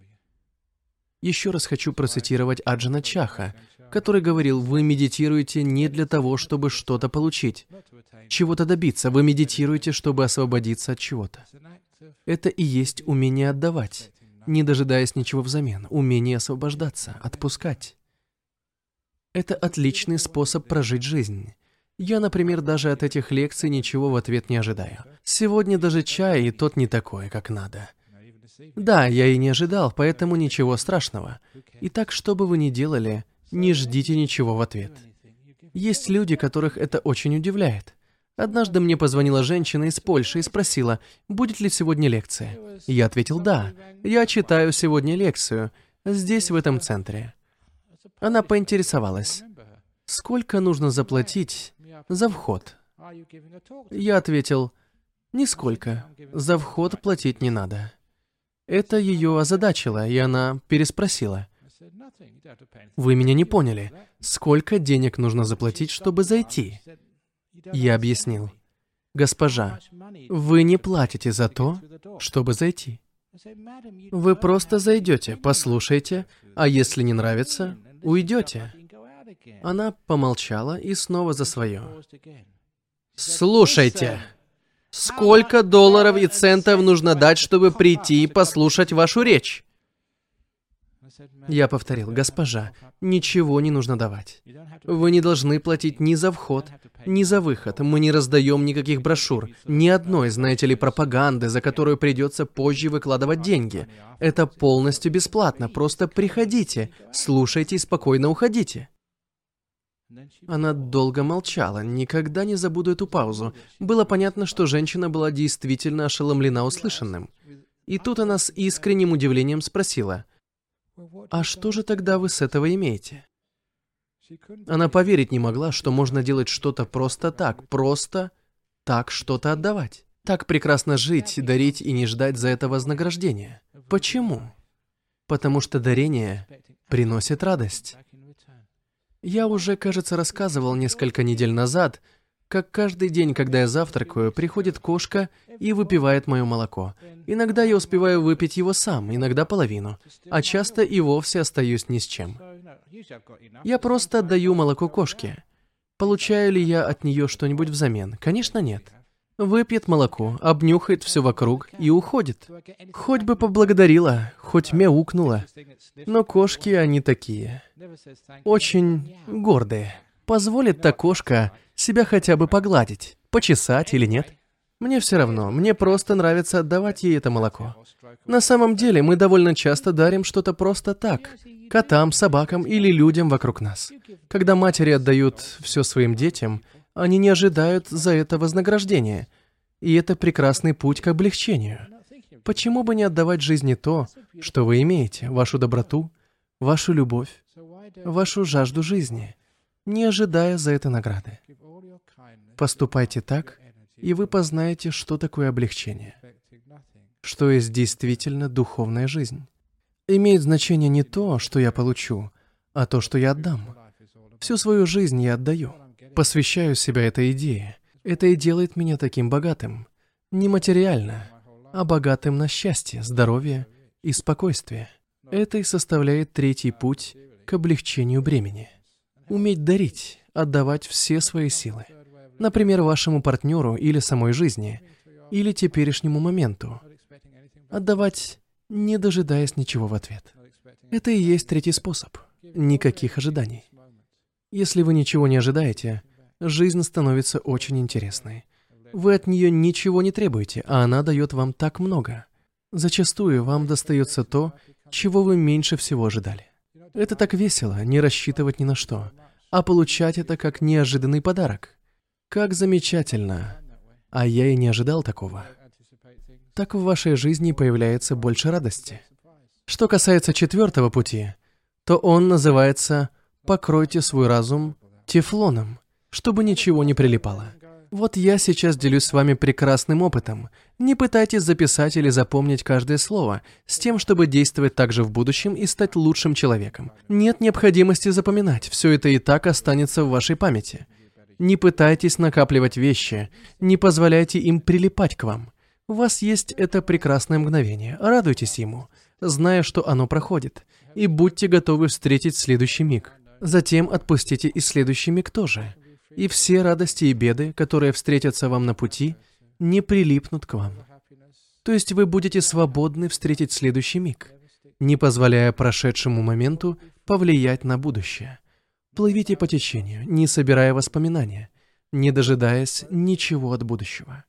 Еще раз хочу процитировать Аджана Чаха, который говорил: «Вы медитируете не для того, чтобы что-то получить, чего-то добиться, вы медитируете, чтобы освободиться от чего-то». Это и есть умение отдавать, не дожидаясь ничего взамен, умение освобождаться, отпускать. Это отличный способ прожить жизнь. Я, например, даже от этих лекций ничего в ответ не ожидаю. Сегодня даже чай и тот не такой, как надо. Да, я и не ожидал, поэтому ничего страшного. Итак, что бы вы ни делали, не ждите ничего в ответ. Есть люди, которых это очень удивляет. Однажды мне позвонила женщина из Польши и спросила, будет ли сегодня лекция. Я ответил: да, я читаю сегодня лекцию, здесь, в этом центре. Она поинтересовалась, сколько нужно заплатить за вход. Я ответил: нисколько, за вход платить не надо. Это ее озадачило, и она переспросила: вы меня не поняли, сколько денег нужно заплатить, чтобы зайти? Я объяснил: госпожа, вы не платите за то, чтобы зайти. Вы просто зайдете, послушайте, а если не нравится, уйдете. Она помолчала и снова за свое. Слушайте, сколько долларов и центов нужно дать, чтобы прийти и послушать вашу речь? Я повторил: госпожа, ничего не нужно давать. Вы не должны платить ни за вход, ни за выход. Мы не раздаем никаких брошюр, ни одной, знаете ли, пропаганды, за которую придется позже выкладывать деньги. Это полностью бесплатно, просто приходите, слушайте и спокойно уходите. Она долго молчала, никогда не забуду эту паузу. Было понятно, что женщина была действительно ошеломлена услышанным. И тут она с искренним удивлением спросила: «А что же тогда вы с этого имеете?» Она поверить не могла, что можно делать что-то просто так что-то отдавать. Так прекрасно жить, дарить и не ждать за это вознаграждения. Почему? Потому что дарение приносит радость. Я уже, кажется, рассказывал несколько недель назад, как каждый день, когда я завтракаю, приходит кошка и выпивает мое молоко. Иногда я успеваю выпить его сам, иногда половину, а часто и вовсе остаюсь ни с чем. Я просто отдаю молоко кошке. Получаю ли я от нее что-нибудь взамен? Конечно, нет. Выпьет молоко, обнюхает все вокруг и уходит. Хоть бы поблагодарила, хоть мяукнула. Но кошки, они такие. Очень гордые. Позволит та кошка себя хотя бы погладить, почесать или нет? Мне все равно, мне просто нравится отдавать ей это молоко. На самом деле, мы довольно часто дарим что-то просто так, котам, собакам или людям вокруг нас. Когда матери отдают все своим детям, они не ожидают за это вознаграждения. И это прекрасный путь к облегчению. Почему бы не отдавать жизни то, что вы имеете, вашу доброту, вашу любовь, вашу жажду жизни, не ожидая за это награды? Поступайте так, и вы познаете, что такое облегчение, что есть действительно духовная жизнь. Имеет значение не то, что я получу, а то, что я отдам. Всю свою жизнь я отдаю, посвящаю себя этой идее. Это и делает меня таким богатым. Не материально, а богатым на счастье, здоровье и спокойствие. Это и составляет третий путь к облегчению бремени. Уметь дарить, отдавать все свои силы. Например, вашему партнеру или самой жизни, или теперешнему моменту. Отдавать, не дожидаясь ничего в ответ. Это и есть третий способ. Никаких ожиданий. Если вы ничего не ожидаете, жизнь становится очень интересной. Вы от нее ничего не требуете, а она дает вам так много. Зачастую вам достается то, чего вы меньше всего ожидали. Это так весело, не рассчитывать ни на что, а получать это как неожиданный подарок. Как замечательно! А я и не ожидал такого. Так в вашей жизни появляется больше радости. Что касается четвертого пути, то он называется «покройте свой разум тефлоном, чтобы ничего не прилипало». Вот я сейчас делюсь с вами прекрасным опытом. Не пытайтесь записать или запомнить каждое слово, с тем, чтобы действовать так же в будущем и стать лучшим человеком. Нет необходимости запоминать, все это и так останется в вашей памяти. Не пытайтесь накапливать вещи, не позволяйте им прилипать к вам. У вас есть это прекрасное мгновение, радуйтесь ему, зная, что оно проходит, и будьте готовы встретить следующий миг. Затем отпустите и следующий миг тоже. И все радости и беды, которые встретятся вам на пути, не прилипнут к вам. То есть вы будете свободны встретить следующий миг, не позволяя прошедшему моменту повлиять на будущее. Плывите по течению, не собирая воспоминания, не дожидаясь ничего от будущего.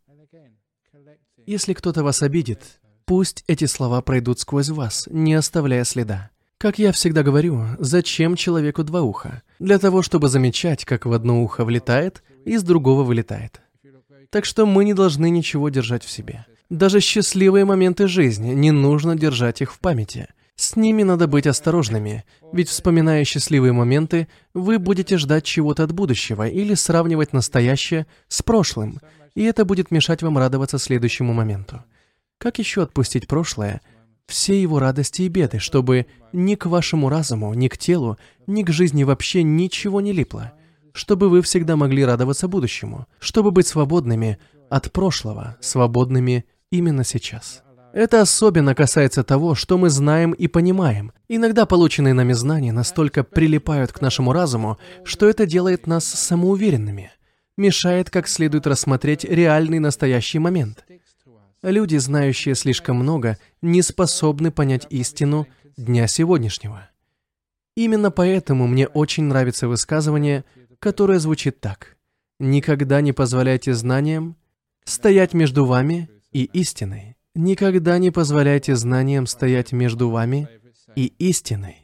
Если кто-то вас обидит, пусть эти слова пройдут сквозь вас, не оставляя следа. Как я всегда говорю, зачем человеку два уха? Для того, чтобы замечать, как в одно ухо влетает, и из другого вылетает. Так что мы не должны ничего держать в себе. Даже счастливые моменты жизни, не нужно держать их в памяти. С ними надо быть осторожными, ведь, вспоминая счастливые моменты, вы будете ждать чего-то от будущего или сравнивать настоящее с прошлым, и это будет мешать вам радоваться следующему моменту. Как еще отпустить прошлое, все его радости и беды, чтобы ни к вашему разуму, ни к телу, ни к жизни вообще ничего не липло, чтобы вы всегда могли радоваться будущему, чтобы быть свободными от прошлого, свободными именно сейчас. Это особенно касается того, что мы знаем и понимаем. Иногда полученные нами знания настолько прилипают к нашему разуму, что это делает нас самоуверенными, мешает как следует рассмотреть реальный настоящий момент. Люди, знающие слишком много, не способны понять истину дня сегодняшнего. Именно поэтому мне очень нравится высказывание, которое звучит так: «Никогда не позволяйте знаниям стоять между вами и истиной». Никогда не позволяйте знаниям стоять между вами и истиной.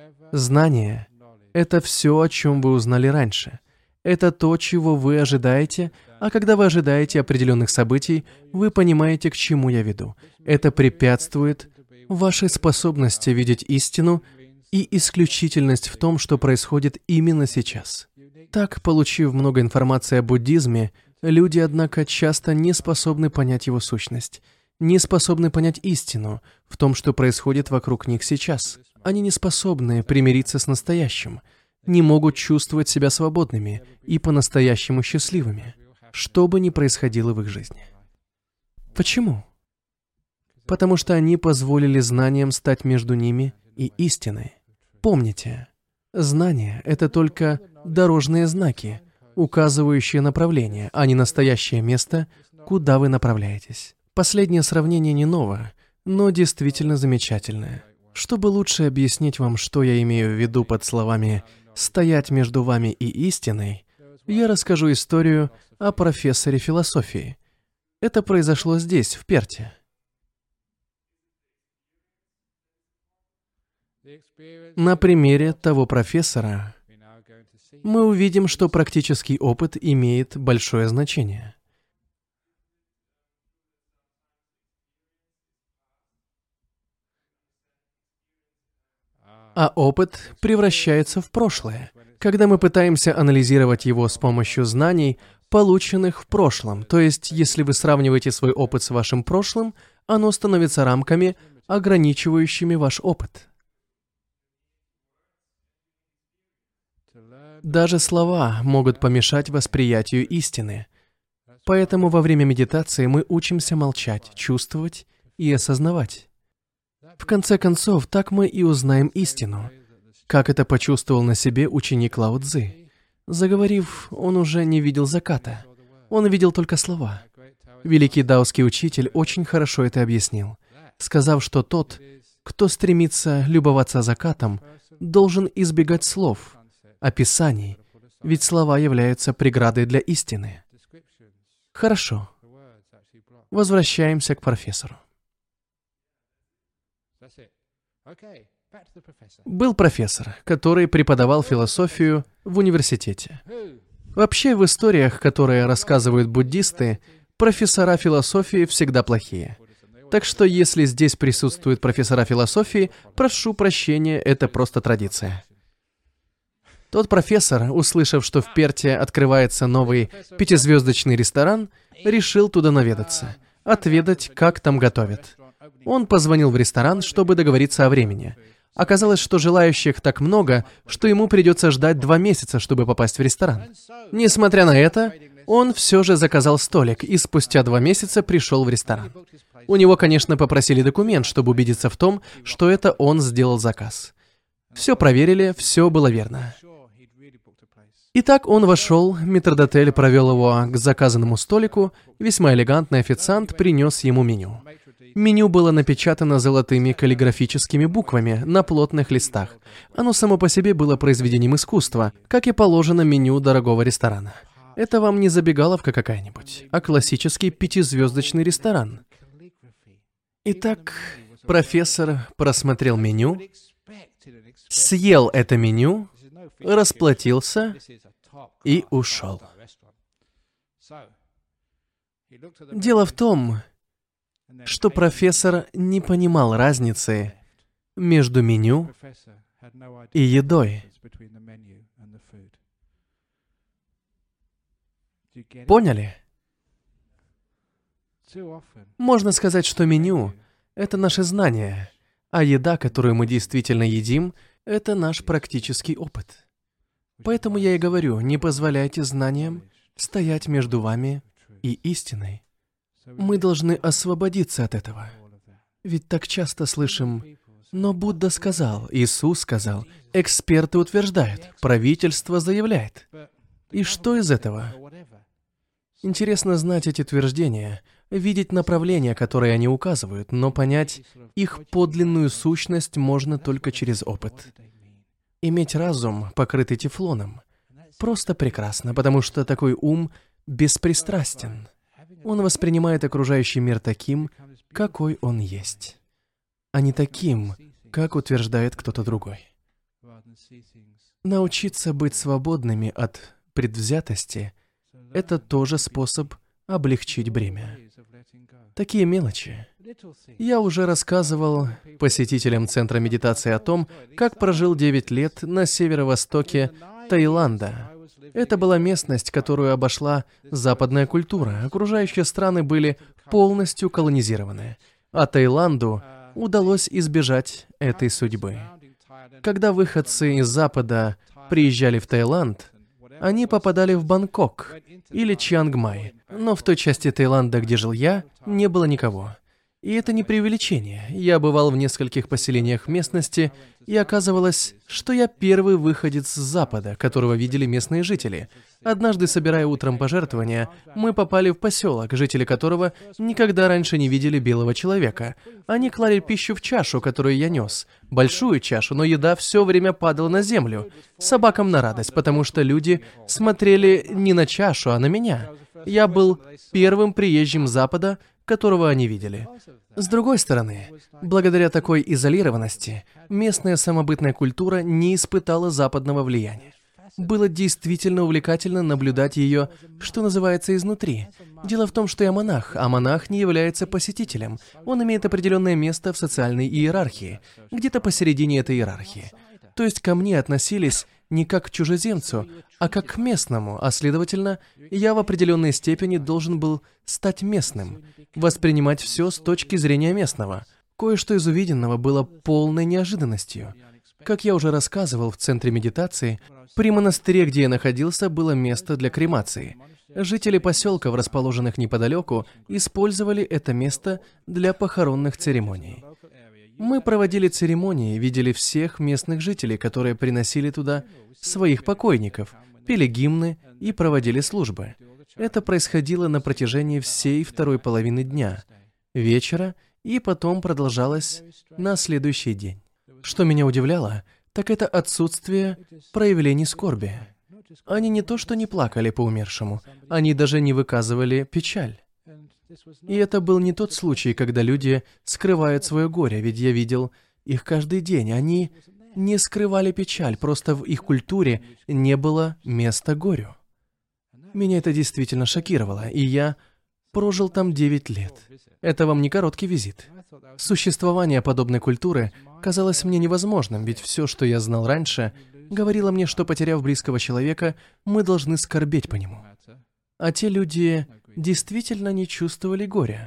Знание — это все, о чем вы узнали раньше. Это то, чего вы ожидаете, а когда вы ожидаете определенных событий, вы понимаете, к чему я веду. Это препятствует вашей способности видеть истину и исключительность в том, что происходит именно сейчас. Так, получив много информации о буддизме, люди, однако, часто не способны понять его сущность, не способны понять истину в том, что происходит вокруг них сейчас. Они не способны примириться с настоящим, не могут чувствовать себя свободными и по-настоящему счастливыми, что бы ни происходило в их жизни. Почему? Потому что они позволили знаниям стать между ними и истиной. Помните, знания — это только дорожные знаки, указывающие направление, а не настоящее место, куда вы направляетесь. Последнее сравнение не новое, но действительно замечательное. Чтобы лучше объяснить вам, что я имею в виду под словами «стоять между вами и истиной», я расскажу историю о профессоре философии. Это произошло здесь, в Перте. На примере того профессора мы увидим, что практический опыт имеет большое значение. А опыт превращается в прошлое, когда мы пытаемся анализировать его с помощью знаний, полученных в прошлом. То есть, если вы сравниваете свой опыт с вашим прошлым, оно становится рамками, ограничивающими ваш опыт. Даже слова могут помешать восприятию истины. Поэтому во время медитации мы учимся молчать, чувствовать и осознавать. В конце концов, так мы и узнаем истину, как это почувствовал на себе ученик Лао Цзы. Заговорив, он уже не видел заката. Он видел только слова. Великий даосский учитель очень хорошо это объяснил, сказав, что тот, кто стремится любоваться закатом, должен избегать слов, описаний, ведь слова являются преградой для истины. Хорошо. Возвращаемся к профессору. Был профессор, который преподавал философию в университете. Вообще, в историях, которые рассказывают буддисты, профессора философии всегда плохие. Так что, если здесь присутствуют профессора философии, прошу прощения, это просто традиция. Тот профессор, услышав, что в Перте открывается новый 5-звездочный ресторан, решил туда наведаться, отведать, как там готовят. Он позвонил в ресторан, чтобы договориться о времени. Оказалось, что желающих так много, что ему придется ждать 2 месяца, чтобы попасть в ресторан. Несмотря на это, он все же заказал столик и спустя 2 месяца пришел в ресторан. У него, конечно, попросили документ, чтобы убедиться в том, что это он сделал заказ. Все проверили, все было верно. Итак, он вошел, метрдотель провел его к заказанному столику, весьма элегантный официант принес ему меню. Меню было напечатано золотыми каллиграфическими буквами на плотных листах. Оно само по себе было произведением искусства, как и положено меню дорогого ресторана. Это вам не забегаловка какая-нибудь, а классический 5-звездочный ресторан. Итак, профессор просмотрел меню, съел это меню, расплатился и ушел. Дело в том, что профессор не понимал разницы между меню и едой. Поняли? Можно сказать, что меню — это наше знание, а еда, которую мы действительно едим, — это наш практический опыт. Поэтому я и говорю, не позволяйте знаниям стоять между вами и истиной. Мы должны освободиться от этого. Ведь так часто слышим: но Будда сказал, Иисус сказал, эксперты утверждают, правительство заявляет. И что из этого? Интересно знать эти утверждения, видеть направления, которые они указывают, но понять их подлинную сущность можно только через опыт. Иметь разум, покрытый тефлоном, просто прекрасно, потому что такой ум беспристрастен. Он воспринимает окружающий мир таким, какой он есть, а не таким, как утверждает кто-то другой. Научиться быть свободными от предвзятости — это тоже способ облегчить бремя. Такие мелочи. Я уже рассказывал посетителям Центра медитации о том, как прожил 9 лет на северо-востоке Таиланда. Это была местность, которую обошла западная культура. Окружающие страны были полностью колонизированы, а Таиланду удалось избежать этой судьбы. Когда выходцы из Запада приезжали в Таиланд, они попадали в Бангкок или Чиангмай, но в той части Таиланда, где жил я, не было никого. И это не преувеличение. Я бывал в нескольких поселениях местности, и оказывалось, что я первый выходец с Запада, которого видели местные жители. Однажды, собирая утром пожертвования, мы попали в поселок, жители которого никогда раньше не видели белого человека. Они клали пищу в чашу, которую я нес. Большую чашу, но еда все время падала на землю. Собакам на радость, потому что люди смотрели не на чашу, а на меня. Я был первым приезжим Запада, которого они видели. С другой стороны, благодаря такой изолированности, местная самобытная культура не испытала западного влияния. Было действительно увлекательно наблюдать ее, что называется, изнутри. Дело в том, что я монах, а монах не является посетителем. Он имеет определенное место в социальной иерархии, где-то посередине этой иерархии. То есть ко мне относились не как к чужеземцу, а как к местному, а следовательно, я в определенной степени должен был стать местным, воспринимать все с точки зрения местного. Кое-что из увиденного было полной неожиданностью. Как я уже рассказывал в центре медитации, при монастыре, где я находился, было место для кремации. Жители поселков, расположенных неподалеку, использовали это место для похоронных церемоний. Мы проводили церемонии, видели всех местных жителей, которые приносили туда своих покойников, пели гимны и проводили службы. Это происходило на протяжении всей второй половины дня, вечера, и потом продолжалось на следующий день. Что меня удивляло, так это отсутствие проявлений скорби. Они не то что не плакали по умершему, они даже не выказывали печаль. И это был не тот случай, когда люди скрывают свое горе, ведь я видел их каждый день. Они не скрывали печаль, просто в их культуре не было места горю. Меня это действительно шокировало, и я прожил там 9 лет. Это вам не короткий визит. Существование подобной культуры казалось мне невозможным, ведь все, что я знал раньше, говорило мне, что, потеряв близкого человека, мы должны скорбеть по нему. А те люди действительно не чувствовали горя.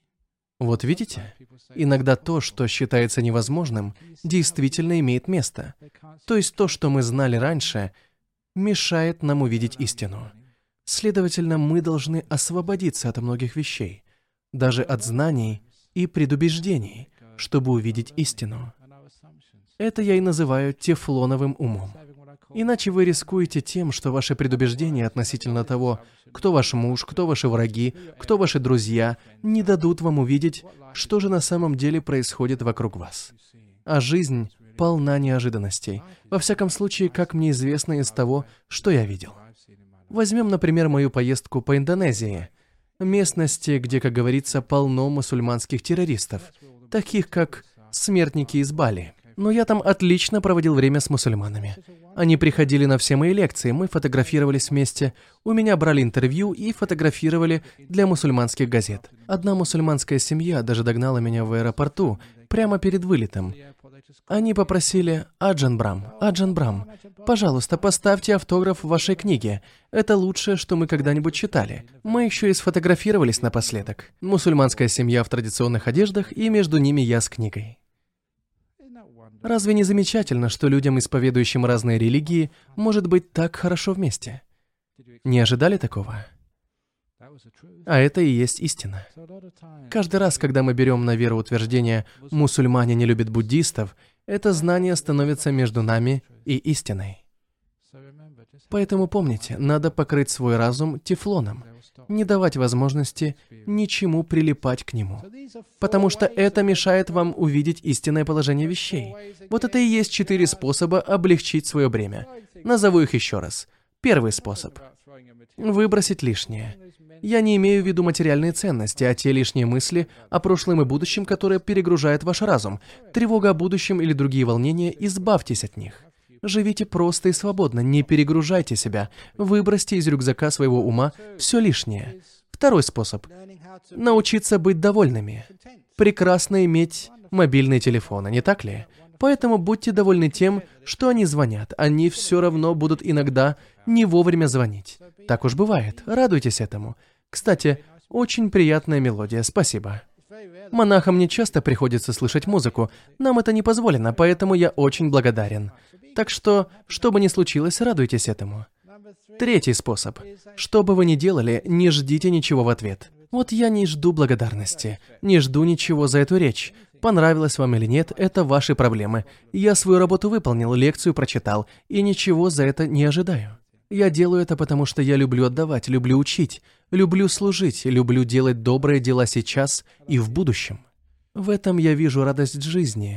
Вот видите? Иногда то, что считается невозможным, действительно имеет место. То есть то, что мы знали раньше, мешает нам увидеть истину. Следовательно, мы должны освободиться от многих вещей, даже от знаний и предубеждений, чтобы увидеть истину. Это я и называю тефлоновым умом. Иначе вы рискуете тем, что ваши предубеждения относительно того, кто ваш муж, кто ваши враги, кто ваши друзья, не дадут вам увидеть, что же на самом деле происходит вокруг вас. А жизнь полна неожиданностей. Во всяком случае, как мне известно из того, что я видел. Возьмем, например, мою поездку по Индонезии, местности, где, как говорится, полно мусульманских террористов, таких как смертники из Бали. Но я там отлично проводил время с мусульманами. Они приходили на все мои лекции, мы фотографировались вместе, у меня брали интервью и фотографировали для мусульманских газет. Одна мусульманская семья даже догнала меня в аэропорту, прямо перед вылетом. Они попросили: «Аджан Брам, пожалуйста, поставьте автограф в вашей книге. Это лучшее, что мы когда-нибудь читали». Мы еще и сфотографировались напоследок. Мусульманская семья в традиционных одеждах, и между ними я с книгой. Разве не замечательно, что людям, исповедующим разные религии, может быть так хорошо вместе? Не ожидали такого? А это и есть истина. Каждый раз, когда мы берем на веру утверждение «мусульмане не любят буддистов», это знание становится между нами и истиной. Поэтому помните, надо покрыть свой разум тефлоном, не давать возможности ничему прилипать к нему. Потому что это мешает вам увидеть истинное положение вещей. Вот это и есть 4 способа облегчить свое бремя. Назову их еще раз. Первый способ – выбросить лишнее. Я не имею в виду материальные ценности, а те лишние мысли о прошлом и будущем, которые перегружают ваш разум. Тревога о будущем или другие волнения – избавьтесь от них. Живите просто и свободно, не перегружайте себя. Выбросьте из рюкзака своего ума все лишнее. Второй способ – научиться быть довольными. Прекрасно иметь мобильные телефоны, не так ли? Поэтому будьте довольны тем, что они звонят. Они все равно будут иногда не вовремя звонить. Так уж бывает. Радуйтесь этому. Кстати, очень приятная мелодия, спасибо. Монахам не часто приходится слышать музыку. Нам это не позволено, поэтому я очень благодарен. Так что бы ни случилось, радуйтесь этому. Третий способ. Что бы вы ни делали, не ждите ничего в ответ. Вот я не жду благодарности, не жду ничего за эту речь. Понравилось вам или нет, это ваши проблемы. Я свою работу выполнил, лекцию прочитал, и ничего за это не ожидаю. Я делаю это, потому что я люблю отдавать, люблю учить, люблю служить, люблю делать добрые дела сейчас и в будущем. В этом я вижу радость жизни,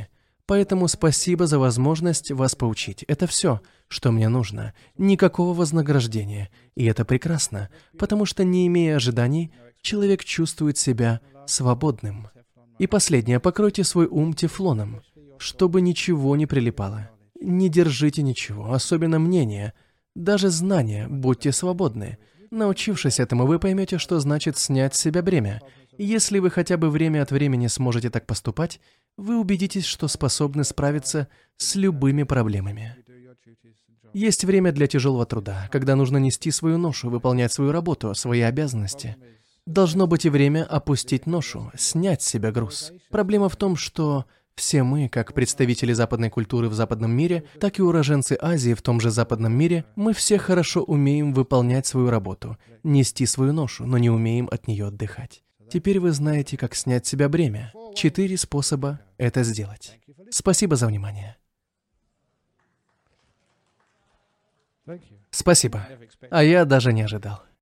Поэтому спасибо за возможность вас поучить. Это все, что мне нужно. Никакого вознаграждения. И это прекрасно, потому что, не имея ожиданий, человек чувствует себя свободным. И последнее, покройте свой ум тефлоном, чтобы ничего не прилипало. Не держите ничего, особенно мнения, даже знания, будьте свободны. Научившись этому, вы поймете, что значит снять с себя бремя. И если вы хотя бы время от времени сможете так поступать, вы убедитесь, что способны справиться с любыми проблемами. Есть время для тяжелого труда, когда нужно нести свою ношу, выполнять свою работу, свои обязанности. Должно быть и время опустить ношу, снять с себя груз. Проблема в том, что все мы, как представители западной культуры в западном мире, так и уроженцы Азии в том же западном мире, мы все хорошо умеем выполнять свою работу, нести свою ношу, но не умеем от нее отдыхать. Теперь вы знаете, как снять с себя бремя. 4 способа это сделать. Спасибо за внимание. Спасибо. А я даже не ожидал.